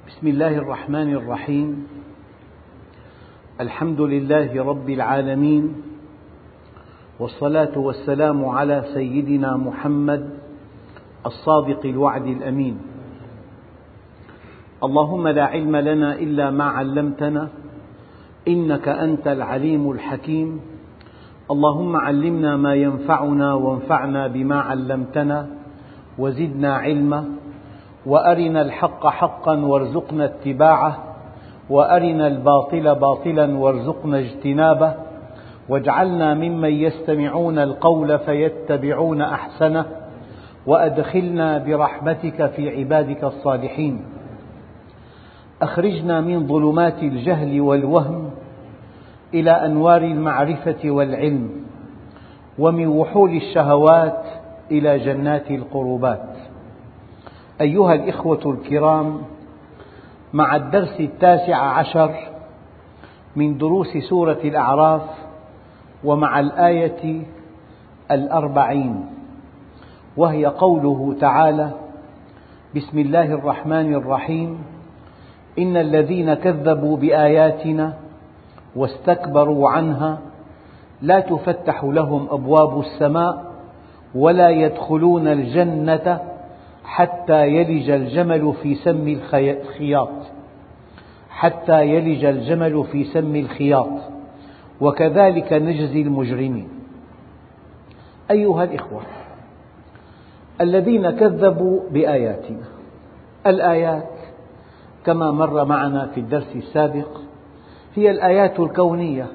بسم الله الرحمن الرحيم. الحمد لله رب العالمين، والصلاة والسلام على سيدنا محمد الصادق الوعد الأمين. اللهم لا علم لنا إلا ما علمتنا إنك أنت العليم الحكيم. اللهم علمنا ما ينفعنا وانفعنا بما علمتنا وزدنا علما، وأرنا الحق حقا وارزقنا اتباعه، وأرنا الباطل باطلا وارزقنا اجتنابه، واجعلنا ممن يستمعون القول فيتبعون أحسنه، وأدخلنا برحمتك في عبادك الصالحين. أخرجنا من ظلمات الجهل والوهم إلى أنوار المعرفة والعلم، ومن وحول الشهوات إلى جنات القربات. أيها الإخوة الكرام، مع الدرس 19 من دروس سورة الأعراف، ومع الآية 40، وهي قوله تعالى: بسم الله الرحمن الرحيم. إن الذين كذبوا بآياتنا واستكبروا عنها لا تفتح لهم أبواب السماء ولا يدخلون الجنة حتى يلج الجمل في سم الخياط، حتى يلج الجمل في سم الخياط، وكذلك نجزي المجرمين. أيها الإخوة، الذين كذبوا بآياتنا، الآيات كما مر معنا في الدرس السابق هي الآيات الكونية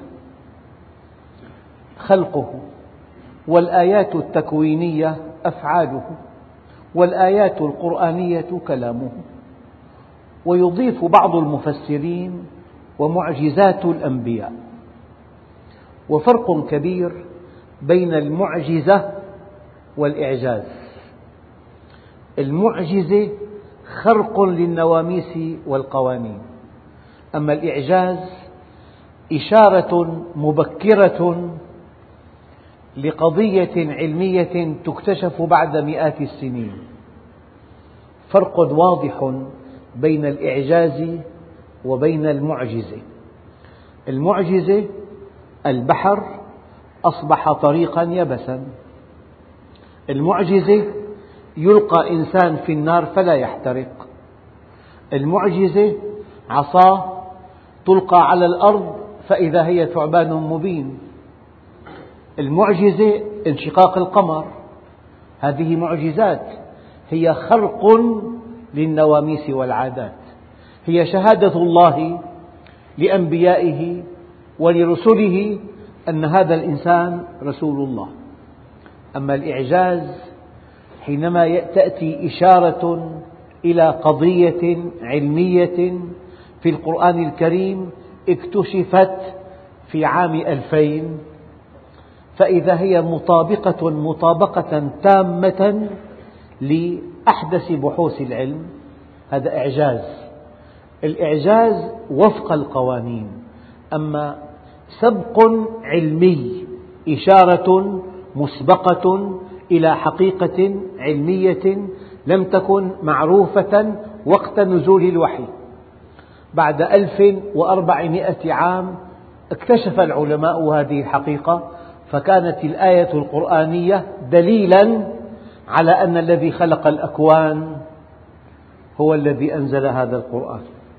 خلقه، والآيات التكوينية أفعاله، والآيات القرآنية كلامه. ويضيف بعض المفسرين ومعجزات الأنبياء. وفرق كبير بين المعجزة والإعجاز. المعجزة خرق للنواميس والقوانين، أما الإعجاز إشارة مبكرة لقضية علمية تكتشف بعد مئات السنين. فرق واضح بين الإعجاز وبين المعجزة. المعجزة البحر أصبح طريقا يبسا، المعجزة يلقى إنسان في النار فلا يحترق، المعجزة عصا تلقى على الأرض فإذا هي ثعبان مبين، المعجزة انشقاق القمر. هذه معجزات، هي خرق للنواميس والعادات، هي شهادة الله لأنبيائه ولرسله أن هذا الإنسان رسول الله. أما الإعجاز حينما تأتي إشارة إلى قضية علمية في القرآن الكريم اكتشفت في عام 2000، فإذا هي مطابقة تامة لأحدث بحوث العلم، هذا إعجاز. الإعجاز وفق القوانين، أما سبق علمي، إشارة مسبقة إلى حقيقة علمية لم تكن معروفة وقت نزول الوحي. بعد 1400 عام اكتشف العلماء هذه الحقيقة، فكانت الآية القرآنية دليلا على أن الذي خلق الأكوان هو الذي أنزل هذا القرآن.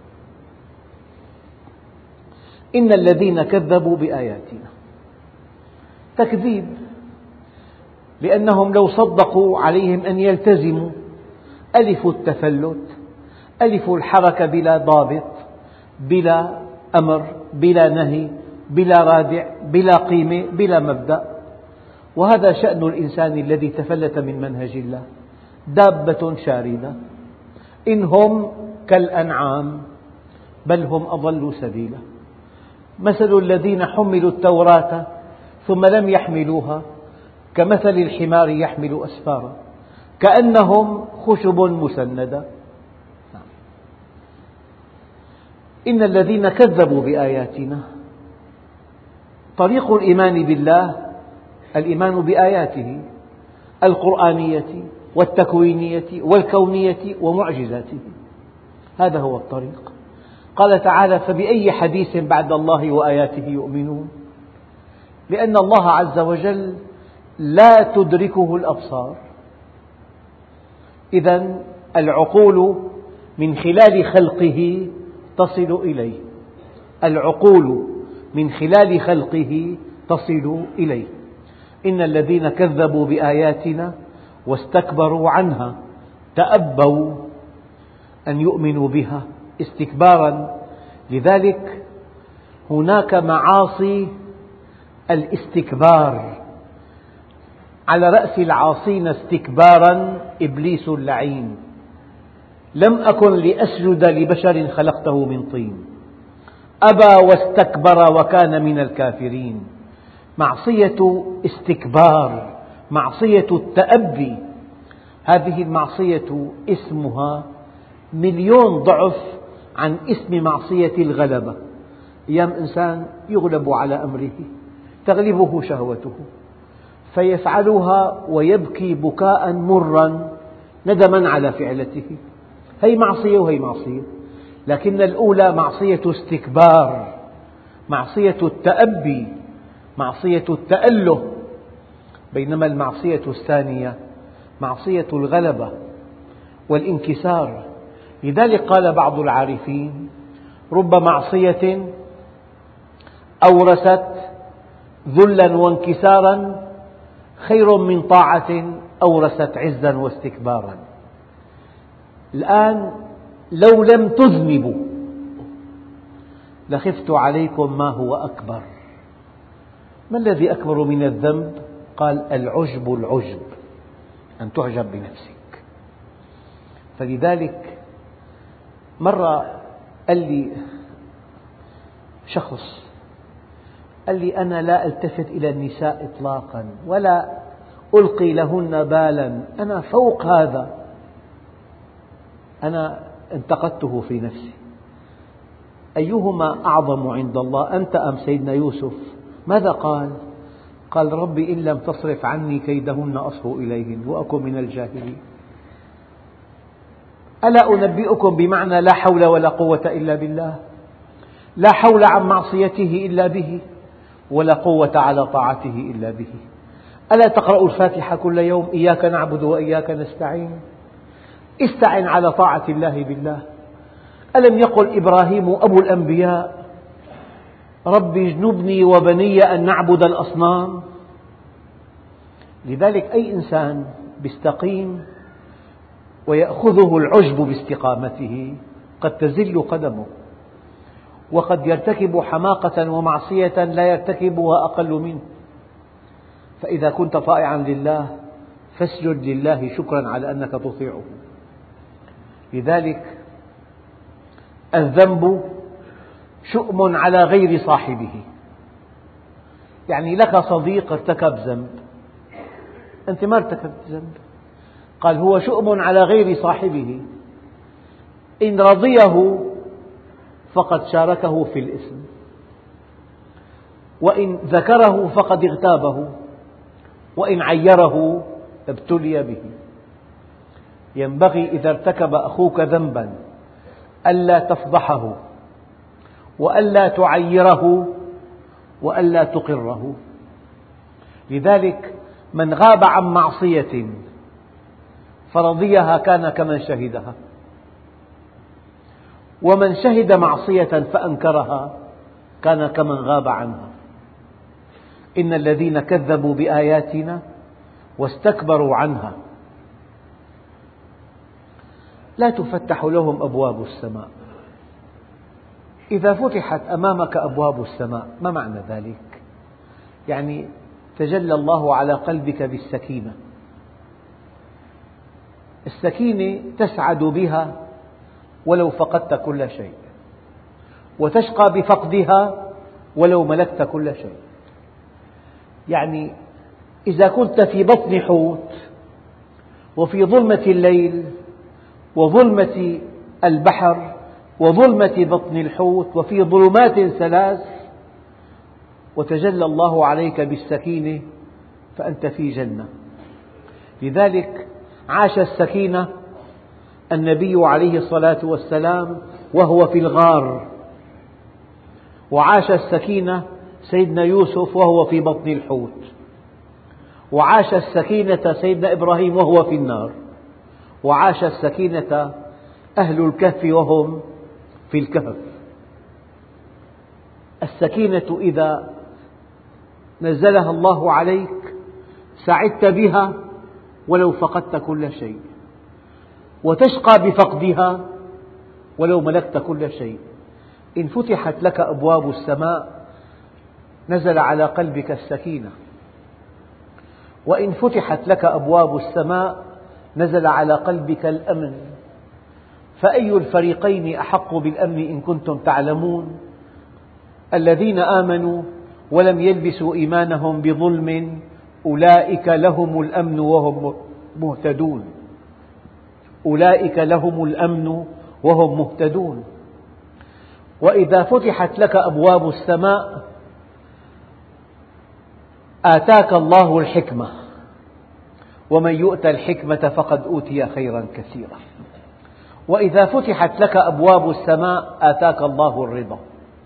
إن الذين كذبوا بآياتنا، تكذيب، لأنهم لو صدقوا عليهم أن يلتزموا. ألف التفلت، ألف الحركة بلا ضابط، بلا أمر، بلا نهي، بلا رادع، بلا قيمة، بلا مبدأ. وهذا شأن الإنسان الذي تفلت من منهج الله، دابة شاردة، إن هم كالأنعام بل هم أضل سبيلا. مثل الذين حملوا التوراة ثم لم يحملوها كمثل الحمار يحمل أسفارا كأنهم خشب مسندة. إن الذين كذبوا بآياتنا، طريق الإيمان بالله الإيمان بآياته القرآنية والتكوينية والكونية ومعجزاته. هذا هو الطريق. قال تعالى: فبأي حديث بعد الله وآياته يؤمنون؟ لأن الله عز وجل لا تدركه الأبصار. إذن العقول من خلال خلقه تصل إليه، العقول من خلال خلقه تصل إليه. إن الذين كذبوا بآياتنا واستكبروا عنها تأبوا أن يؤمنوا بها استكبارا. لذلك هناك معاصي الاستكبار، على رأس العاصين استكبارا إبليس اللعين: لم أكن لأسجد لبشر خلقته من طين أبى واستكبر وكان من الكافرين. معصية استكبار، معصية التأبي، هذه المعصية اسمها 1,000,000 ضعف عن اسم معصية الغلبة. أيام إنسان يغلب على أمره، تغلبه شهوته فيفعلها ويبكي بكاء مرا ندما على فعلته. هي معصية وهي معصية، لكن الأولى معصية استكبار، معصية التأبي، معصية التأله، بينما المعصية الثانية معصية الغلبة والانكسار. لذلك قال بعض العارفين: رب معصية أورثت ذلا وانكسارا خير من طاعة أورثت عزا واستكبارا. الآن لو لم تذنبوا لخفت عليكم ما هو أكبر. ما الذي أكبر من الذنب؟ قال: العجب، العجب أن تعجب بنفسك. فلذلك مرة قال لي شخص، قال لي: أنا لا ألتفت إلى النساء إطلاقا ولا ألقي لهن بالا، أنا فوق هذا. أنا انتقدته في نفسي: أيهما أعظم عند الله، أنت أم سيدنا يوسف؟ ماذا قال؟ قال: ربي إن لم تصرف عني كيدهن أصب إليهن وأكن من الجاهلين. ألا أنبئكم بمعنى لا حول ولا قوة إلا بالله؟ لا حول عن معصيته إلا به، ولا قوة على طاعته إلا به. ألا تقرأ الفاتحة كل يوم: إياك نعبد وإياك نستعين؟ استعن على طاعة الله بالله. ألم يقل إبراهيم أبو الأنبياء: رب اجنبني وبني أن نعبد الأصنام؟ لذلك أي إنسان يستقيم ويأخذه العجب باستقامته قد تزل قدمه، وقد يرتكب حماقة ومعصية لا يرتكبها أقل منه. فإذا كنت طائعا لله فاسجد لله شكرا على أنك تطيعه. لذلك الذنب شؤم على غير صاحبه. يعني لك صديق ارتكب ذنب، أنت ما ارتكبت ذنب. قال: هو شؤم على غير صاحبه، إن رضيه فقد شاركه في الإثم، وإن ذكره فقد اغتابه، وإن عيره ابتلي به. ينبغي إذا ارتكب أخوك ذنبا ألا تفضحه، وألا تعيره، وألا تقره. لذلك من غاب عن معصية فرضيها كان كمن شهدها، ومن شهد معصية فأنكرها كان كمن غاب عنها. إن الذين كذبوا بآياتنا واستكبروا عنها لا تفتح لهم أبواب السماء. إذا فتحت أمامك أبواب السماء ما معنى ذلك؟ يعني تجلى الله على قلبك بالسكينة. السكينة تسعد بها ولو فقدت كل شيء، وتشقى بفقدها ولو ملكت كل شيء. يعني إذا كنت في بطن حوت وفي ظلمة الليل وظلمة البحر وظلمة بطن الحوت وفي ظلمات ثلاث، وتجلى الله عليك بالسكينة، فأنت في جنة. لذلك عاش السكينة النبي عليه الصلاة والسلام وهو في الغار، وعاش السكينة سيدنا يوسف وهو في بطن الحوت، وعاش السكينة سيدنا إبراهيم وهو في النار، وعاش السكينة أهل الكهف وهم في الكهف. السكينة إذا نزلها الله عليك سعدت بها ولو فقدت كل شيء، وتشقى بفقدها ولو ملكت كل شيء. إن فتحت لك أبواب السماء نزل على قلبك السكينة، وإن فتحت لك أبواب السماء نزل على قلبك الأمن. فأي الفريقين أحق بالأمن إن كنتم تعلمون؟ الذين آمنوا ولم يلبسوا إيمانهم بظلم أولئك لهم الأمن وهم مهتدون. أولئك لهم الأمن وهم مهتدون. وإذا فتحت لك أبواب السماء آتاك الله الحكمة، ومن يؤت الحكمة فقد أوتي خيرا كثيرا. وإذا فتحت لك أبواب السماء آتاك الله الرضا،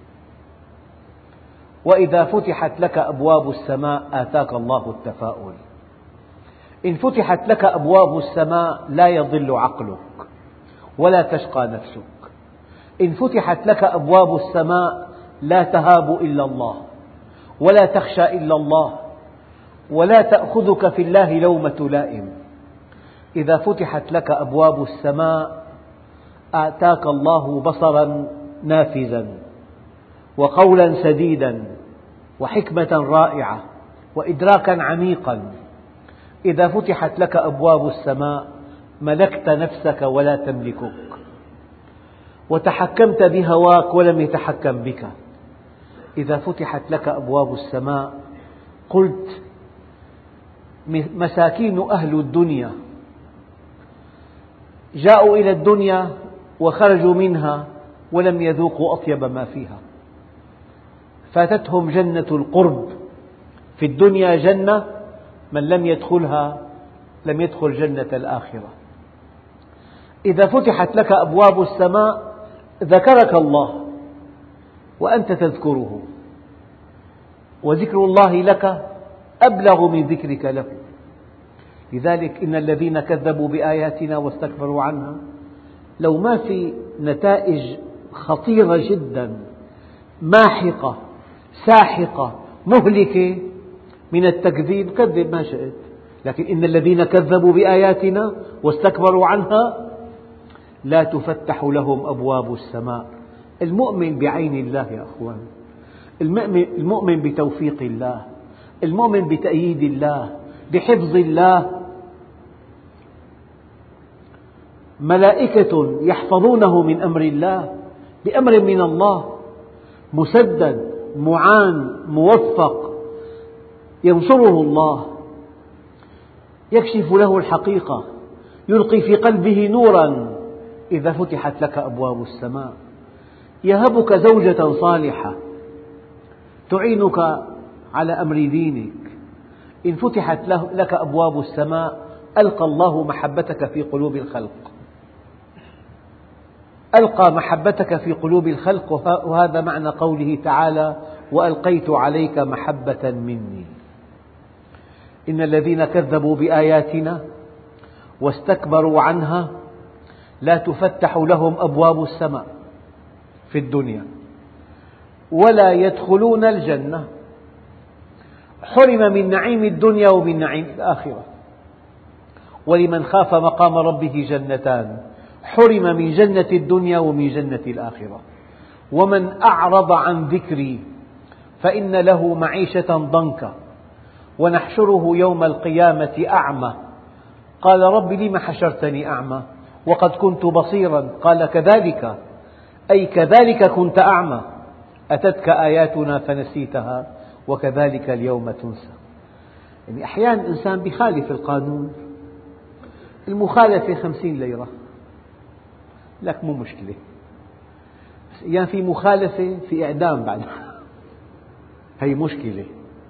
وإذا فتحت لك أبواب السماء آتاك الله التفاؤل. إن فتحت لك أبواب السماء لا يضل عقلك ولا تشقى نفسك. إن فتحت لك أبواب السماء لا تهاب إلا الله ولا تخشى إلا الله ولا تأخذك في الله لومة لائم. إذا فتحت لك أبواب السماء آتاك الله بصرا نافذا وقولا سديدا وحكمة رائعة وإدراكا عميقا. إذا فتحت لك أبواب السماء ملكت نفسك ولا تملكك، وتحكمت بهواك ولم يتحكم بك. إذا فتحت لك أبواب السماء قلت مساكين أهل الدنيا جاءوا إلى الدنيا وخرجوا منها ولم يذوقوا أطيب ما فيها. فاتتهم جنة القرب. في الدنيا جنة، من لم يدخلها لم يدخل جنة الآخرة. إذا فتحت لك أبواب السماء ذكرك الله وأنت تذكره، وذكر الله لك أبلغ من ذكرك له. لذلك إن الذين كذبوا بآياتنا واستكبروا عنها، لو ما في نتائج خطيرة جدا ماحقة ساحقة مهلكة من التكذيب كذب ما شئت، لكن إن الذين كذبوا بآياتنا واستكبروا عنها لا تفتح لهم أبواب السماء. المؤمن بعين الله يا أخوان، المؤمن بتوفيق الله، المؤمن بتأييد الله، بحفظ الله، ملائكة يحفظونه من أمر الله، بأمر من الله، مسدد معان موفق، ينصره الله، يكشف له الحقيقة، يلقي في قلبه نورا. إذا فتحت لك أبواب السماء يهبك زوجة صالحة تعينك على أمر دينك. إن فتحت لك أبواب السماء ألقى الله محبتك في قلوب الخلق، ألقى محبتك في قلوب الخلق. وهذا معنى قوله تعالى: وألقيت عليك محبة مني. إن الذين كذبوا بآياتنا واستكبروا عنها لا تفتح لهم أبواب السماء في الدنيا ولا يدخلون الجنة. حرم من نعيم الدنيا ومن نعيم الآخرة. ولمن خاف مقام ربه جنتان، حرم من جنة الدنيا ومن جنة الآخرة. ومن أعرض عن ذكري فإن له معيشة ضنكا ونحشره يوم القيامة أعمى قال رب لم حشرتني أعمى وقد كنت بصيرا قال كذلك، أي كذلك كنت أعمى أتتك آياتنا فنسيتها وكذلك اليوم تنسى. يعني أحيانا الإنسان يخالف القانون، المخالفة 50 ليرة، لك مو مشكلة، بس أحيانا في مخالفة في إعدام بعد هي مشكلة.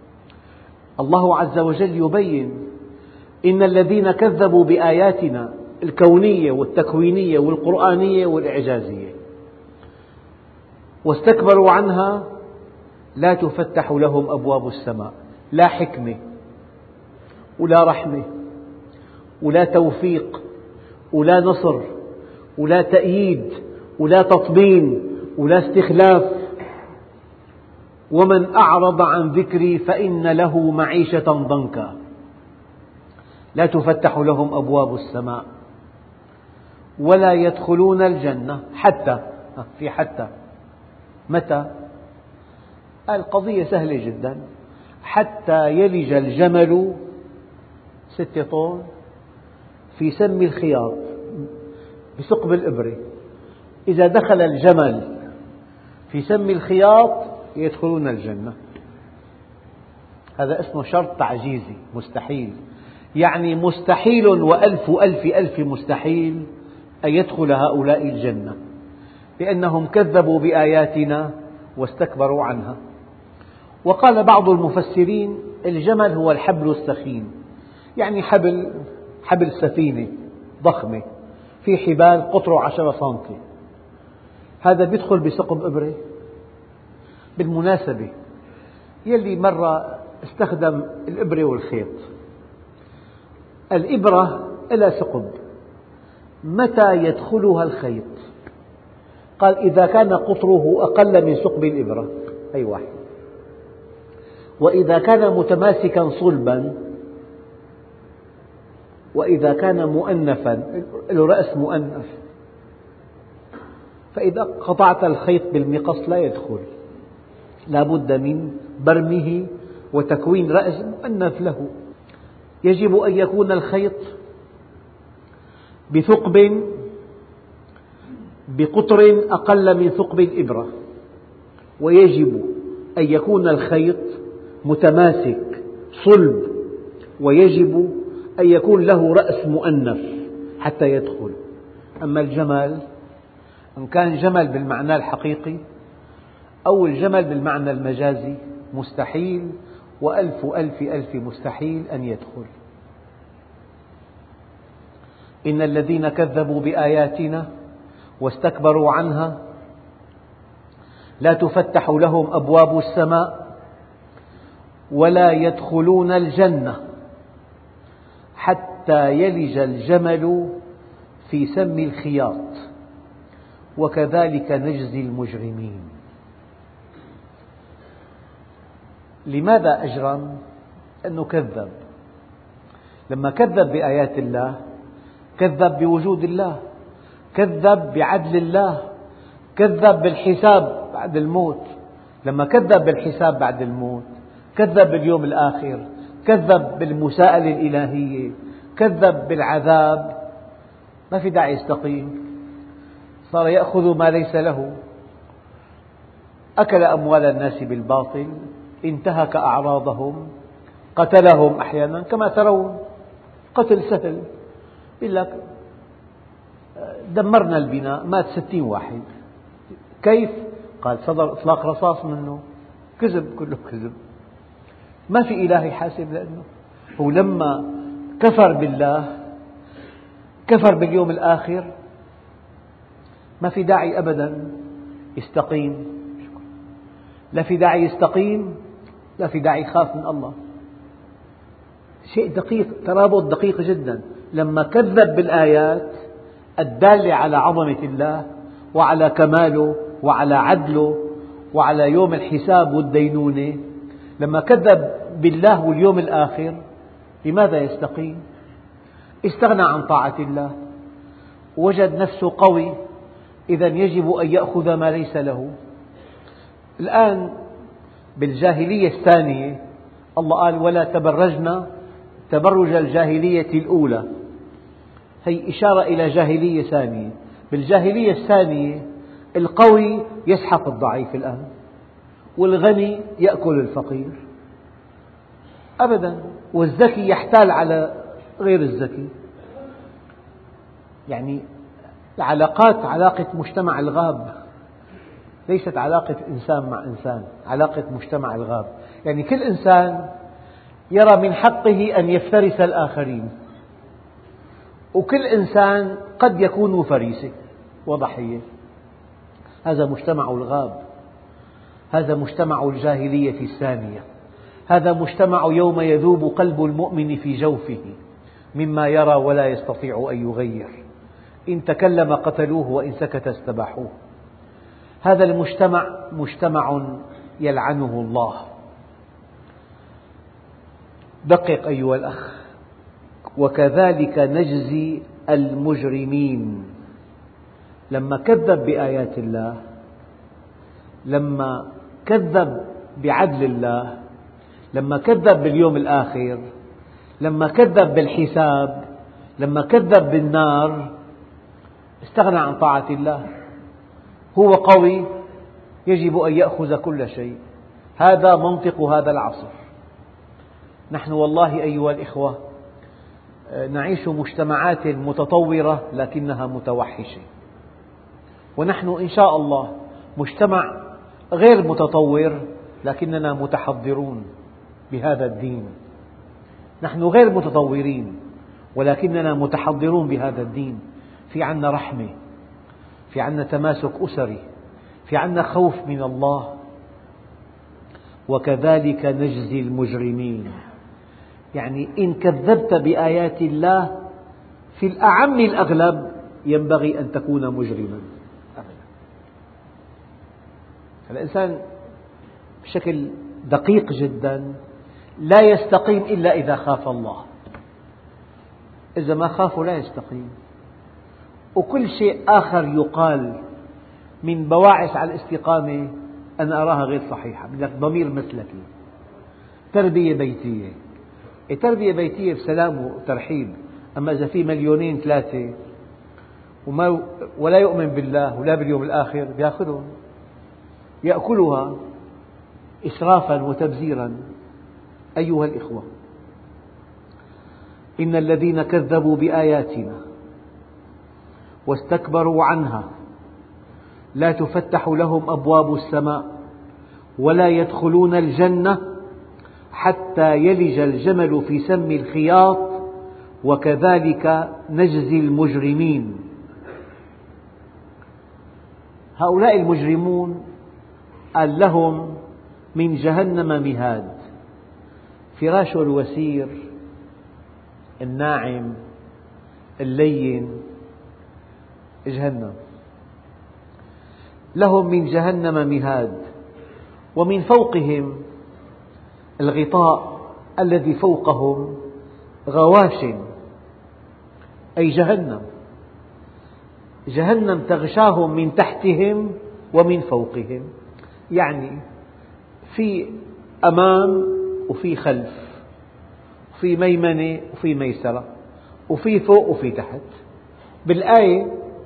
الله عز وجل يبين: إن الذين كذبوا بآياتنا الكونية والتكوينية والقرآنية والإعجازية، واستكبروا عنها لا تفتح لهم أبواب السماء. لا حكمة ولا رحمة ولا توفيق ولا نصر ولا تأييد ولا تطمين ولا استخلاف. ومن أعرض عن ذكري فإن له معيشة ضنكا. لا تفتح لهم أبواب السماء ولا يدخلون الجنة حتى متى؟ القضية سهلة جدا، حتى يلج الجمل 6 طن في سم الخياط بثقب الإبرة. إذا دخل الجمل في سم الخياط يدخلون الجنة. هذا اسمه شرط تعجيزي مستحيل، يعني مستحيل وألف ألف ألف مستحيل أن يدخل هؤلاء الجنة، لأنهم كذبوا بآياتنا واستكبروا عنها. وقال بعض المفسرين الجمل هو الحبل السخين، يعني حبل سفينة ضخمة في حبال قطره 10 سنتي، هذا يدخل بثقب إبرة. بالمناسبة يلي مرة استخدم الإبرة والخيط، الإبرة لها ثقب، متى يدخلها الخيط؟ قال إذا كان قطره أقل من ثقب الإبرة، أي واحد، وإذا كان متماسكا صلبا، وإذا كان مؤنفا له رأس مؤنف. فإذا قطعت الخيط بالمقص لا يدخل، لا بد من برمه وتكوين رأس مؤنف له. يجب أن يكون الخيط بثقب بقطر أقل من ثقب الإبرة، ويجب أن يكون الخيط متماسك صلب، ويجب أن يكون له رأس مؤنف حتى يدخل. أما الجمل، إن كان جمل بالمعنى الحقيقي أو الجمل بالمعنى المجازي، مستحيل وألف ألف ألف مستحيل أن يدخل. إن الذين كذبوا بآياتنا واستكبروا عنها لا تفتح لهم أبواب السماء ولا يدخلون الجنة حتى يلج الجمل في سم الخياط وكذلك نجزي المجرمين. لماذا أجرم؟ لأنه كذب. لما كذب بآيات الله كذب بوجود الله، كذب بعدل الله، كذب بالحساب بعد الموت. لما كذب بالحساب بعد الموت كذب باليوم الآخر، كذب بالمساءلة الإلهية، كذب بالعذاب. ما في داعي يستقيم، صار يأخذ ما ليس له، أكل أموال الناس بالباطل، انتهك أعراضهم، قتلهم أحيانا كما ترون، قتل سهل. يقول لك دمرنا البناء مات 60 واحد، كيف؟ قال صدر إطلاق رصاص منه. كذب، كله كذب. ما في إله يحاسب، لأنه هو لما كفر بالله كفر باليوم الآخر، ما في داعي أبدا يستقيم. لا في داعي يستقيم، لا في داعي يخاف من الله. شيء دقيق، ترابط دقيق جدا. لما كذب بالآيات الدالة على عظمة الله وعلى كماله وعلى عدله وعلى يوم الحساب والدينونة، لما كذب بالله واليوم الآخر، لماذا يستقيم؟ استغنى عن طاعة الله، وجد نفسه قوي، إذا يجب أن يأخذ ما ليس له. الآن بالجاهلية الثانية الله قال ولا تبرجنا تبرج الجاهلية الأولى، هي إشارة إلى جاهلية ثانية. بالجاهلية الثانية القوي يسحق الضعيف الآن، والغني يأكل الفقير أبدا، والذكي يحتال على غير الذكي. يعني العلاقات علاقة مجتمع الغاب، ليست علاقة إنسان مع إنسان، علاقة مجتمع الغاب. يعني كل إنسان يرى من حقه أن يفترس الآخرين، وكل إنسان قد يكون فريسة وضحية. هذا مجتمع الغاب، هذا مجتمع الجاهلية الثانية، هذا مجتمع يوم يذوب قلب المؤمن في جوفه مما يرى ولا يستطيع أن يغير، إن تكلم قتلوه وإن سكت استباحوه. هذا المجتمع مجتمع يلعنه الله. دقق أيها الأخ: وكذلك نجزي المجرمين. لما كذب بآيات الله، لما كذب بعدل الله، لما كذب باليوم الآخر، لما كذب بالحساب، لما كذب بالنار، استغنى عن طاعة الله. هو قوي، يجب أن يأخذ كل شيء. هذا منطق هذا العصر. نحن والله أيها الإخوة نعيش مجتمعات متطورة لكنها متوحشة، ونحن إن شاء الله مجتمع غير متطور لكننا متحضرون بهذا الدين. نحن غير متطورين ولكننا متحضرون بهذا الدين. في عنا رحمة، في عنا تماسك أسري، في عنا خوف من الله. وكذلك نجزي المجرمين، يعني إن كذبت بآيات الله في الأعم الأغلب ينبغي أن تكون مجرما. الإنسان بشكل دقيق جدا لا يستقيم إلا إذا خاف الله. إذا ما خافوا لا يستقيم. وكل شيء آخر يقال من بواعث على الاستقامة أنا أراها غير صحيحة. بدك ضمير مسلكي، تربية بيتية. تربية بيتية بسلام وترحيب، أما إذا في مليونين ثلاثة ولا يؤمن بالله ولا باليوم الآخر بيأخذهم يأكلها إسرافا وتبذيرا. أيها الإخوة، إن الذين كذبوا بآياتنا واستكبروا عنها لا تفتح لهم أبواب السماء ولا يدخلون الجنة حتى يلج الجمل في سم الخياط وكذلك نجزي المجرمين. هؤلاء المجرمون قال لهم من جهنم مهاد، فراش الوسير الناعم اللين جهنم. لهم من جهنم مهاد، ومن فوقهم الغطاء الذي فوقهم غواش، أي جهنم. جهنم تغشاهم من تحتهم ومن فوقهم، يعني في أمام وفي خلف، في ميمنة وفي ميسرة، وفي فوق وفي تحت. بالآية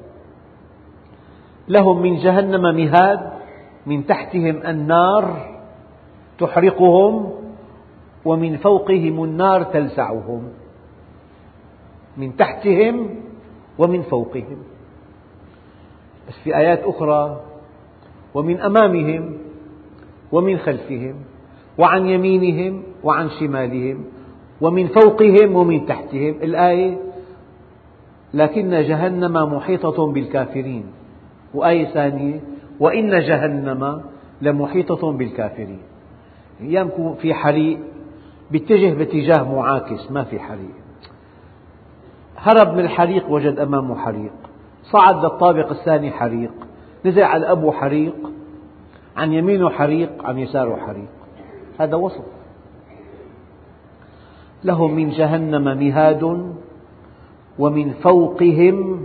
لهم من جهنم مهاد، من تحتهم النار تحرقهم ومن فوقهم النار تلسعهم. من تحتهم ومن فوقهم. بس في آيات أخرى ومن أمامهم ومن خلفهم وعن يمينهم وعن شمالهم ومن فوقهم ومن تحتهم. الآية لكن جهنم محيطة بالكافرين، وآية ثانية وإن جهنم لمحيطة بالكافرين. أيام يكون في حريق بيتجه باتجاه معاكس، ما في حريق. هرب من الحريق وجد أمامه حريق، صعد للطابق الثاني حريق، نزل على الأبو حريق، عن يمينه حريق، عن يساره حريق. هذا وصف. لهم من جهنم مهاد ومن فوقهم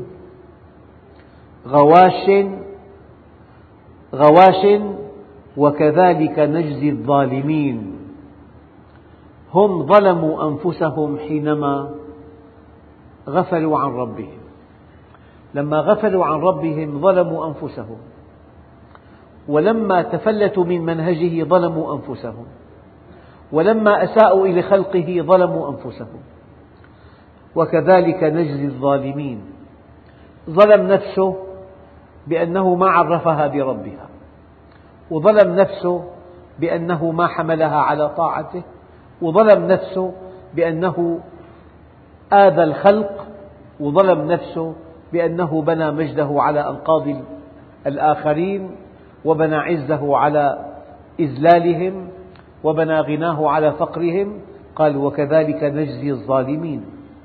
غواش وكذلك نجزي الظالمين. هم ظلموا أنفسهم حينما غفلوا عن ربهم. لما غفلوا عن ربهم ظلموا أنفسهم، ولما تفلتوا من منهجه ظلموا أنفسهم، ولما أساءوا إلى خلقه ظلموا أنفسهم. وكذلك نجزي الظالمين. ظلم نفسه بأنه ما عرفها بربها، وظلم نفسه بأنه ما حملها على طاعته، وظلم نفسه بأنه آذى الخلق وظلم نفسه بأنه بنى مجده على أنقاض الآخرين، وبنى عزه على إذلالهم، وبنى غناه على فقرهم. قال: وكذلك نجزي الظالمين.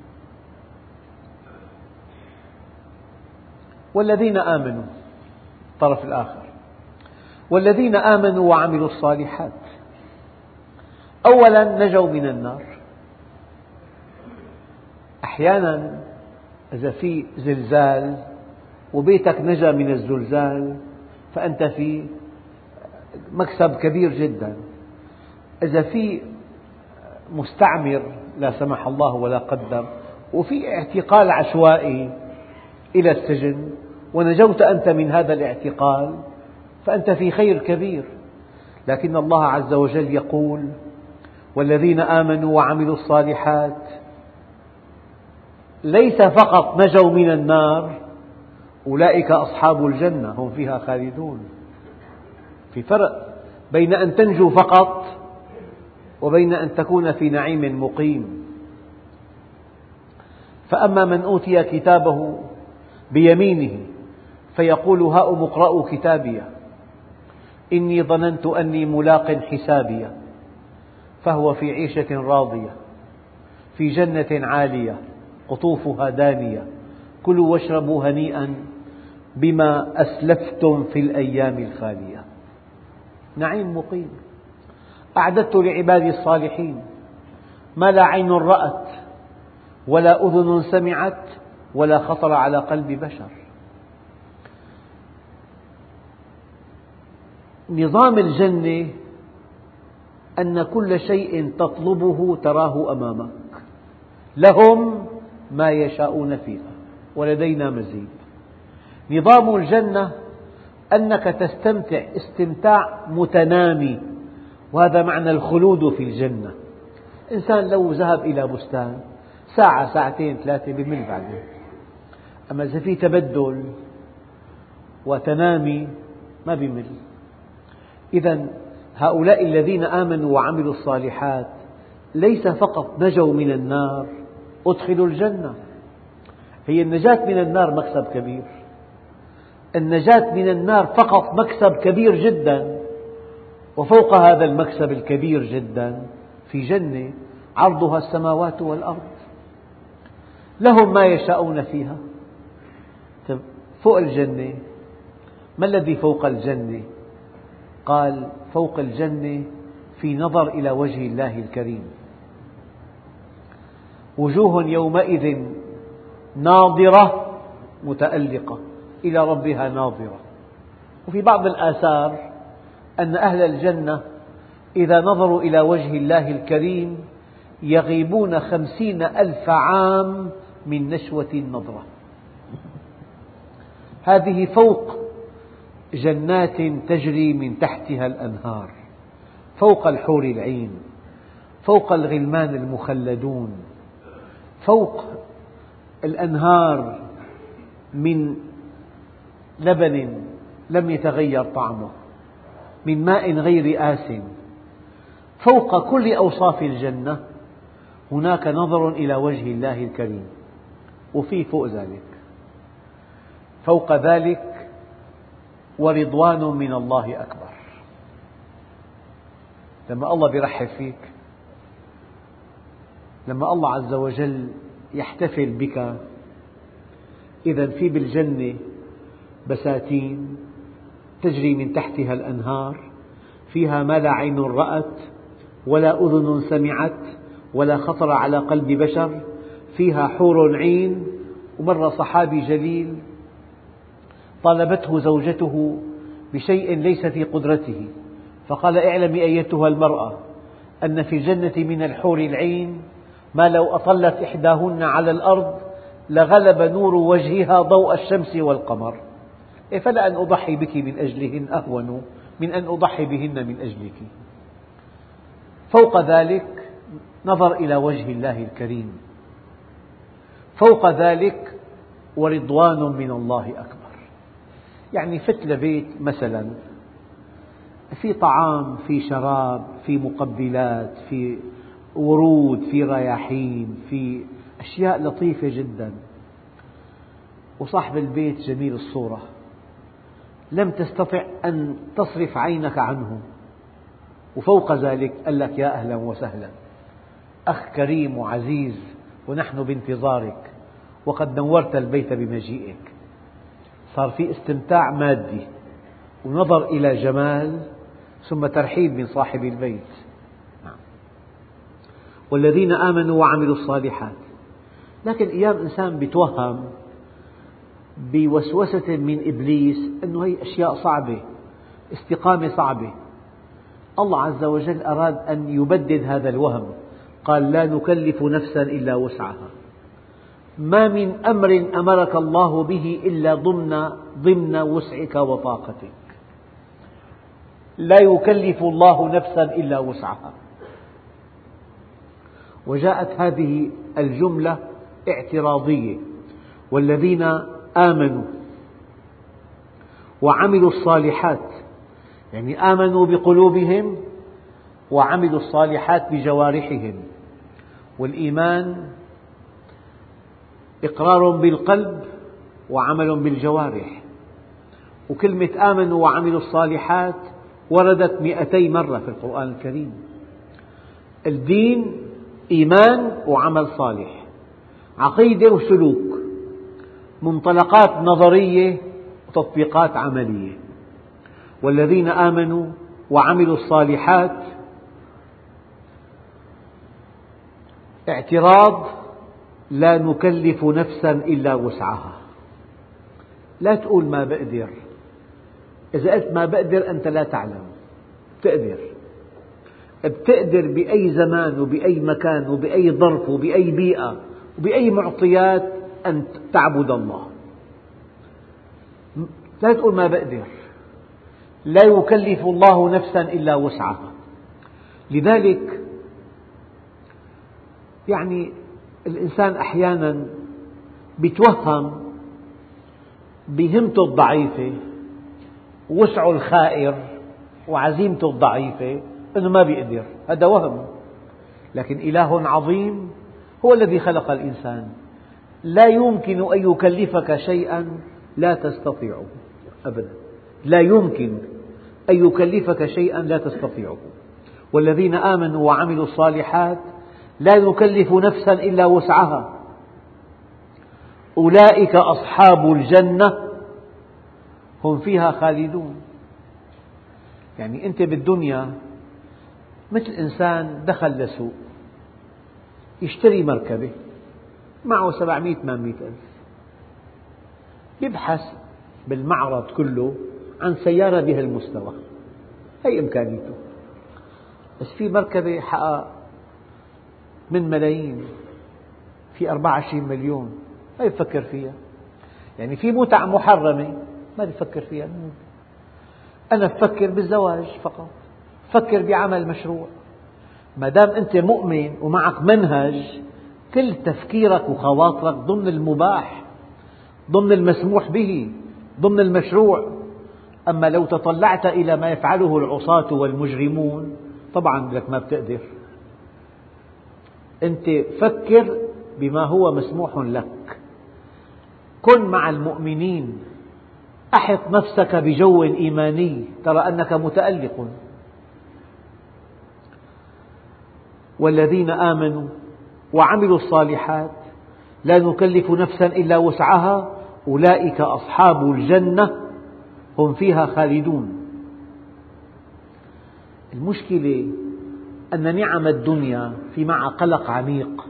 والذين آمنوا، الطرف الآخر، والذين آمنوا وعملوا الصالحات أولا نجوا من النار. أحيانا إذا في زلزال وبيتك نجا من الزلزال فأنت في مكسب كبير جدا. إذا في مستعمر لا سمح الله ولا قدر وفي اعتقال عشوائي إلى السجن ونجوت أنت من هذا الاعتقال فأنت في خير كبير. لكن الله عز وجل يقول: والذين آمنوا وعملوا الصالحات ليس فقط نجوا من النار، أولئك أصحاب الجنة هم فيها خالدون. في فرق بين أن تنجو فقط وبين أن تكون في نعيم مقيم. فأما من أوتي كتابه بيمينه فيقول: هاؤم اقرءوا كتابي إني ظننت أني ملاق حسابي فهو في عيشة راضية في جنة عالية قطوفها دانية كلوا واشربوا هنيئا بما أسلفتم في الأيام الخالية. نعيم مقيم. أعددت لعبادي الصالحين ما لا عين رأت ولا أذن سمعت ولا خطر على قلب بشر. نظام الجنة أن كل شيء تطلبه تراه أمامك، لهم ما يشاءون فيها ولدينا مزيد. نظام الجنة أنك تستمتع استمتاع متنامي، وهذا معنى الخلود في الجنة. إنسان لو ذهب إلى بستان ساعة ساعتين ثلاثة بمل بعدين، أما إذا في تبدل وتنامي ما بمل. إذا هؤلاء الذين آمنوا وعملوا الصالحات ليس فقط نجوا من النار، أدخلوا الجنة. هي النجاة من النار مكسب كبير، النجاة من النار فقط مكسب كبير جدا، وفوق هذا المكسب الكبير جدا في جنة عرضها السماوات والأرض لهم ما يشاءون فيها. فوق الجنة ما الذي فوق الجنة؟ قال: فوق الجنة في نظر إلى وجه الله الكريم، وجوه يومئذ ناظرة متألقة إلى ربها ناظرة. وفي بعض الآثار أن أهل الجنة إذا نظروا إلى وجه الله الكريم يغيبون 50,000 عام من نشوة النظرة. هذه فوق جنات تجري من تحتها الأنهار، فوق الحور العين، فوق الغلمان المخلدون، فوق الأنهار من لبن لم يتغير طعمه، من ماء غير آسن. فوق كل أوصاف الجنة هناك نظر إلى وجه الله الكريم. وفي فوق ذلك، فوق ذلك ورضوان من الله أكبر. لما الله يرحب فيك، لما الله عز وجل يحتفل بك، إذا في بالجنة بساتين تجري من تحتها الأنهار فيها ما لا عين رأت ولا أذن سمعت ولا خطر على قلب بشر، فيها حور عين. ومر صحابي جليل طالبته زوجته بشيء ليس في قدرته، فقال: اعلمي أيتها المرأة أن في الجنة من الحور العين ما لو أطلت إحداهن على الأرض لغلب نور وجهها ضوء الشمس والقمر، فلأن أضحي بك من أجلهن أهون من أن أضحي بهن من أجلك. فوق ذلك نظر إلى وجه الله الكريم، فوق ذلك ورضوان من الله أكبر. يعني فت لبيت مثلا في طعام، في شراب، في مقبلات، في ورود، في رياحين، في أشياء لطيفة جدا، وصاحب البيت جميل الصورة، لم تستطع أن تصرف عينك عنه، وفوق ذلك قال لك يا أهلا وسهلا، أخ كريم وعزيز ونحن بانتظارك، وقد نورت البيت بمجيئك. صار في استمتاع مادي ونظر إلى جمال ثم ترحيب من صاحب البيت. والذين آمنوا وعملوا الصالحات. لكن أيام إنسان يتوهم بوسوسة من إبليس أنه هي أشياء صعبة، استقامة صعبة. الله عز وجل أراد أن يبدد هذا الوهم، قال لا نكلف نفسا إلا وسعها، ما من أمر أمرك الله به إلا ضمن وسعك وطاقتك، لا يكلف الله نفسا إلا وسعها. وجاءت هذه الجملة اعتراضية، والذين آمنوا وعملوا الصالحات، يعني آمنوا بقلوبهم وعملوا الصالحات بجوارحهم. والإيمان إقرار بالقلب وعمل بالجوارح. وكلمة آمنوا وعملوا الصالحات وردت 200 مرة في القرآن الكريم. الدين إيمان وعمل صالح، عقيدة وسلوك، منطلقات نظرية وتطبيقات عملية. والذين آمنوا وعملوا الصالحات اعتراض لا نكلف نفسا إلا وسعها. لا تقول ما بقدر، إذا قلت ما بقدر أنت لا تعلم، بتقدر بأي زمان وبأي مكان وبأي ظرف وبأي بيئة وبأي معطيات أن تعبد الله. لا تقول ما بقدر، لا يكلف الله نفسا إلا وسعها. لذلك يعني الإنسان أحيانا يتوهم بهمته الضعيفة ووسعه الخائر وعزيمته الضعيفة أنه ما بيقدر، هذا وهم. لكن إله عظيم هو الذي خلق الإنسان، لا يمكن أن يكلفك شيئا لا تستطيعه أبدا، لا يمكن أن يكلفك شيئا لا تستطيعه. والذين آمنوا وعملوا الصالحات لا نكلف نفسا إلا وسعها، أولئك أصحاب الجنة هم فيها خالدون. يعني أنت بالدنيا مثل إنسان دخل لسوق يشتري مركبة معه 700-800 ألف، يبحث بالمعرض كله عن سيارة بهالمستوى، هي إمكانيته. بس في مركبة حقها من ملايين، في 24 مليون، ما يفكر فيها. يعني في متع محرمة ما يفكر فيها. أنا أفكر بالزواج فقط، فكر بعمل مشروع. ما دام أنت مؤمن ومعك منهج، كل تفكيرك وخواطرك ضمن المباح، ضمن المسموح به، ضمن المشروع. أما لو تطلعت إلى ما يفعله العصاة والمجرمون طبعا لك ما بتقدر. أنت فكر بما هو مسموح لك، كن مع المؤمنين، أحط نفسك بجو إيماني ترى أنك متألق. والذين آمنوا وعملوا الصالحات لا نكلف نفسا إلا وسعها أولئك أصحاب الجنة هم فيها خالدون. المشكلة أن نعم الدنيا في معها قلق عميق.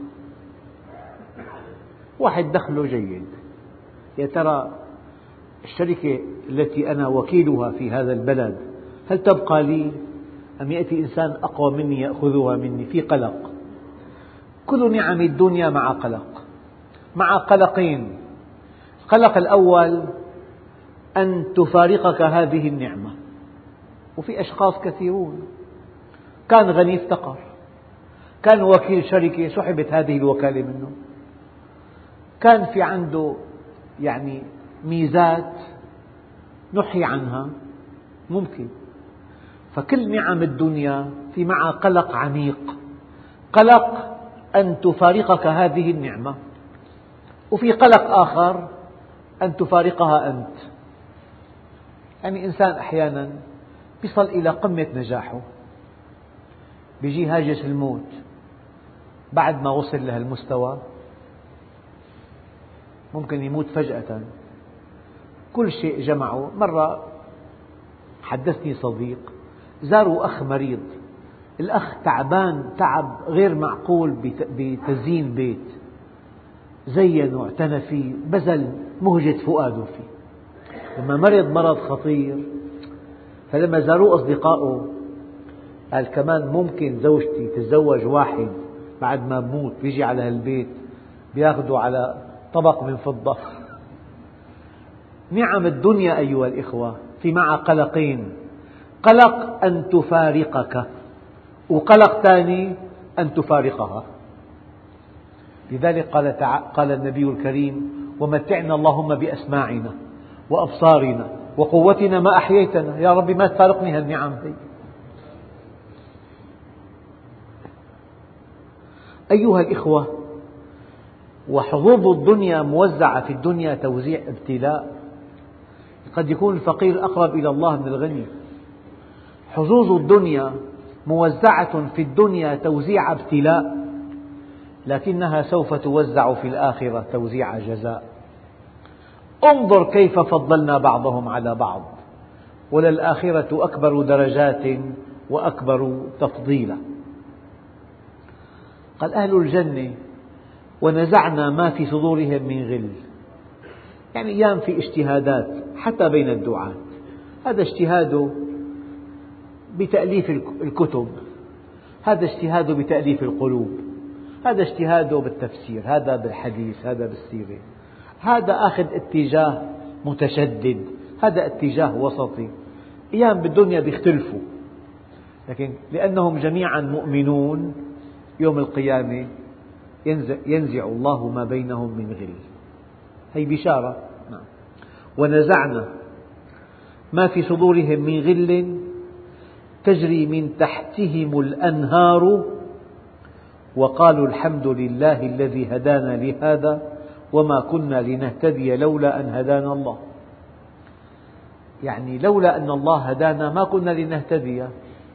واحد دخله جيد، يا ترى الشركة التي أنا وكيلها في هذا البلد هل تبقى لي أم يأتي إنسان أقوى مني يأخذها مني؟ في قلق. كل نعم الدنيا مع قلق، مع قلقين. القلق الأول أن تفارقك هذه النعمة، وفي أشخاص كثيرون كان غني افتقر، كان وكيل شركة سحبت هذه الوكالة منه، كان في عنده يعني ميزات نحي عنها ممكن. فكل نعم الدنيا في معها قلق عميق، قلق أن تفارقك هذه النعمة، وفي قلق آخر أن تفارقها أنت. يعني إنسان أحيانا يصل إلى قمة نجاحه، يجي هاجس الموت بعد ما وصل لهالمستوى، ممكن يموت فجأة. كل شيء جمعه. مرة حدثني صديق زاروا أخ مريض، الأخ تعبان تعب غير معقول بتزيين بيت، زين واعتنى فيه، بذل مهجة فؤاده فيه. لما مرض مرض خطير، فلما زاروه أصدقائه قال كمان ممكن زوجتي تتزوج واحد بعد ما بموت بيجي على هالبيت بياخده على طبق من فضة. نعم الدنيا أيها الإخوة في معها قلقين: قلق أن تفارقك، وقلق ثاني أن تفارقها. لذلك قال النبي الكريم: ومتعنا اللهم بأسماعنا وأبصارنا وقوتنا ما أحييتنا. يا رب ما تفارقني هالنعم هي. أيها الإخوة، وحظوظ الدنيا موزعة في الدنيا توزيع ابتلاء. قد يكون الفقير أقرب إلى الله من الغني. حظوظ الدنيا موزعة في الدنيا توزيع ابتلاء، لكنها سوف توزع في الآخرة توزيع جزاء. انظر كيف فضلنا بعضهم على بعض، وللآخرة أكبر درجات وأكبر تفضيلا. قال أهل الجنة: ونزعنا ما في صدورهم من غل. يعني أيام في اجتهادات حتى بين الدعاة، هذا اجتهاده بتأليف الكتب، هذا اجتهاده بتأليف القلوب، هذا اجتهاده بالتفسير، هذا بالحديث، هذا بالسيرة، هذا أخذ اتجاه متشدد، هذا اتجاه وسطي. أيام بالدنيا بيختلفوا، لكن لأنهم جميعا مؤمنون يوم القيامة ينزع الله ما بينهم من غل. هي بشارة. ونزعنا ما في صدورهم من غل تجري من تحتهم الأنهار وقالوا الحمد لله الذي هدانا لهذا وما كنا لنهتدي لولا أن هدانا الله. يعني لولا أن الله هدانا ما كنا لنهتدي.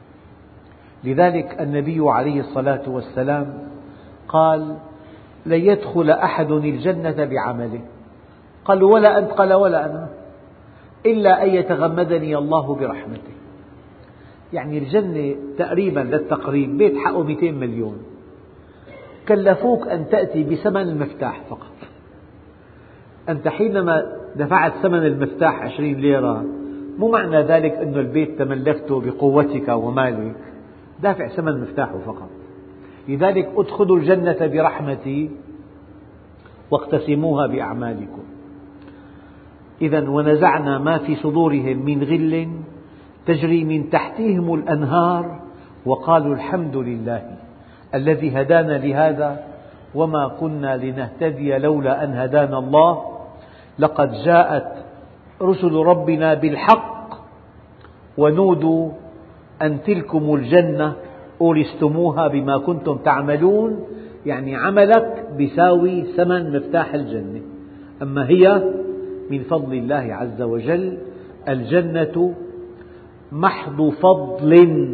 لذلك النبي عليه الصلاة والسلام قال: لن يدخل أحد الجنة بعمله. قالوا: ولا أنت؟ قال: ولا أنا، إلا أن يتغمدني الله برحمته. يعني الجنة تقريبا للتقريب بيت حقه 200 مليون، كلفوك أن تأتي بثمن المفتاح فقط. أنت حينما دفعت ثمن المفتاح 20 ليرة، مو معنى ذلك أن البيت تملكته بقوتك ومالك، دافع ثمن مفتاحه فقط. لذلك ادخلوا الجنة برحمتي واقتسموها بأعمالكم. إذا ونزعنا ما في صدورهم من غل تجري من تحتهم الأنهار وقالوا الحمد لله الذي هدانا لهذا وما كنا لنهتدي لولا أن هدانا الله لقد جاءت رسل ربنا بالحق ونودوا أن تلكم الجنة أورثتموها بما كنتم تعملون. يعني عملك بيساوي ثمن مفتاح الجنة، أما هي من فضل الله عز وجل. الجنة محض فضل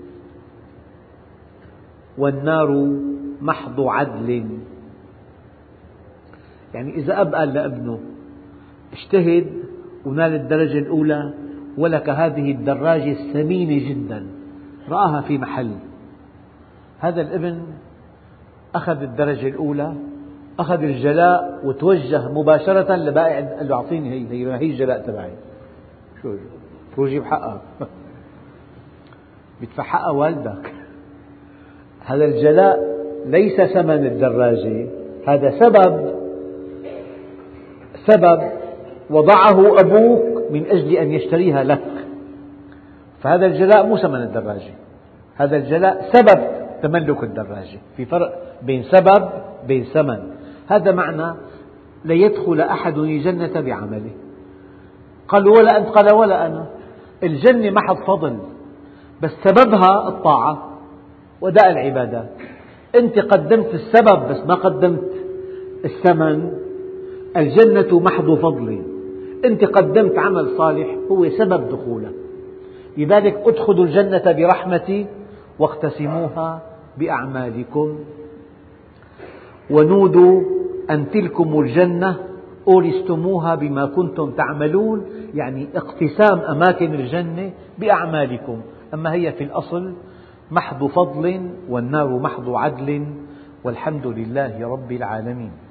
والنار محض عدل. يعني إذا أب قال لابنه: اجتهد ونال الدرجة الأولى ولك هذه الدراجة الثمينة جدا، رآها في محل، هذا الابن أخذ الدرجة الأولى، أخذ الجلاء وتوجه مباشرة لبائع، قال له: أعطيني هي الجلاء تبعي. شو جيب حقها؟ بيدفع حقها والدك. هذا الجلاء ليس ثمن الدراجة، هذا سبب وضعه أبوك من أجل أن يشتريها لك. فهذا الجلاء مو ثمن الدراجة، هذا الجلاء سبب تملك الدراجة. في فرق بين سبب بين ثمن. هذا معنى ليدخل أحد الجنة بعمله. قالوا: ولا أنت؟ قال: ولا أنا. الجنة محض فضل، بس سببها الطاعة وأداء العبادات. أنت قدمت السبب بس ما قدمت الثمن، الجنة محض فضل، أنت قدمت عمل صالح هو سبب دخولك، لذلك ادخلوا الجنة برحمتي واقتسموها بأعمالكم. ونودوا أن تلكم الجنة أورثتموها بما كنتم تعملون، يعني اقتسام أماكن الجنة بأعمالكم، أما هي في الأصل محض فضل والنار محض عدل، والحمد لله رب العالمين.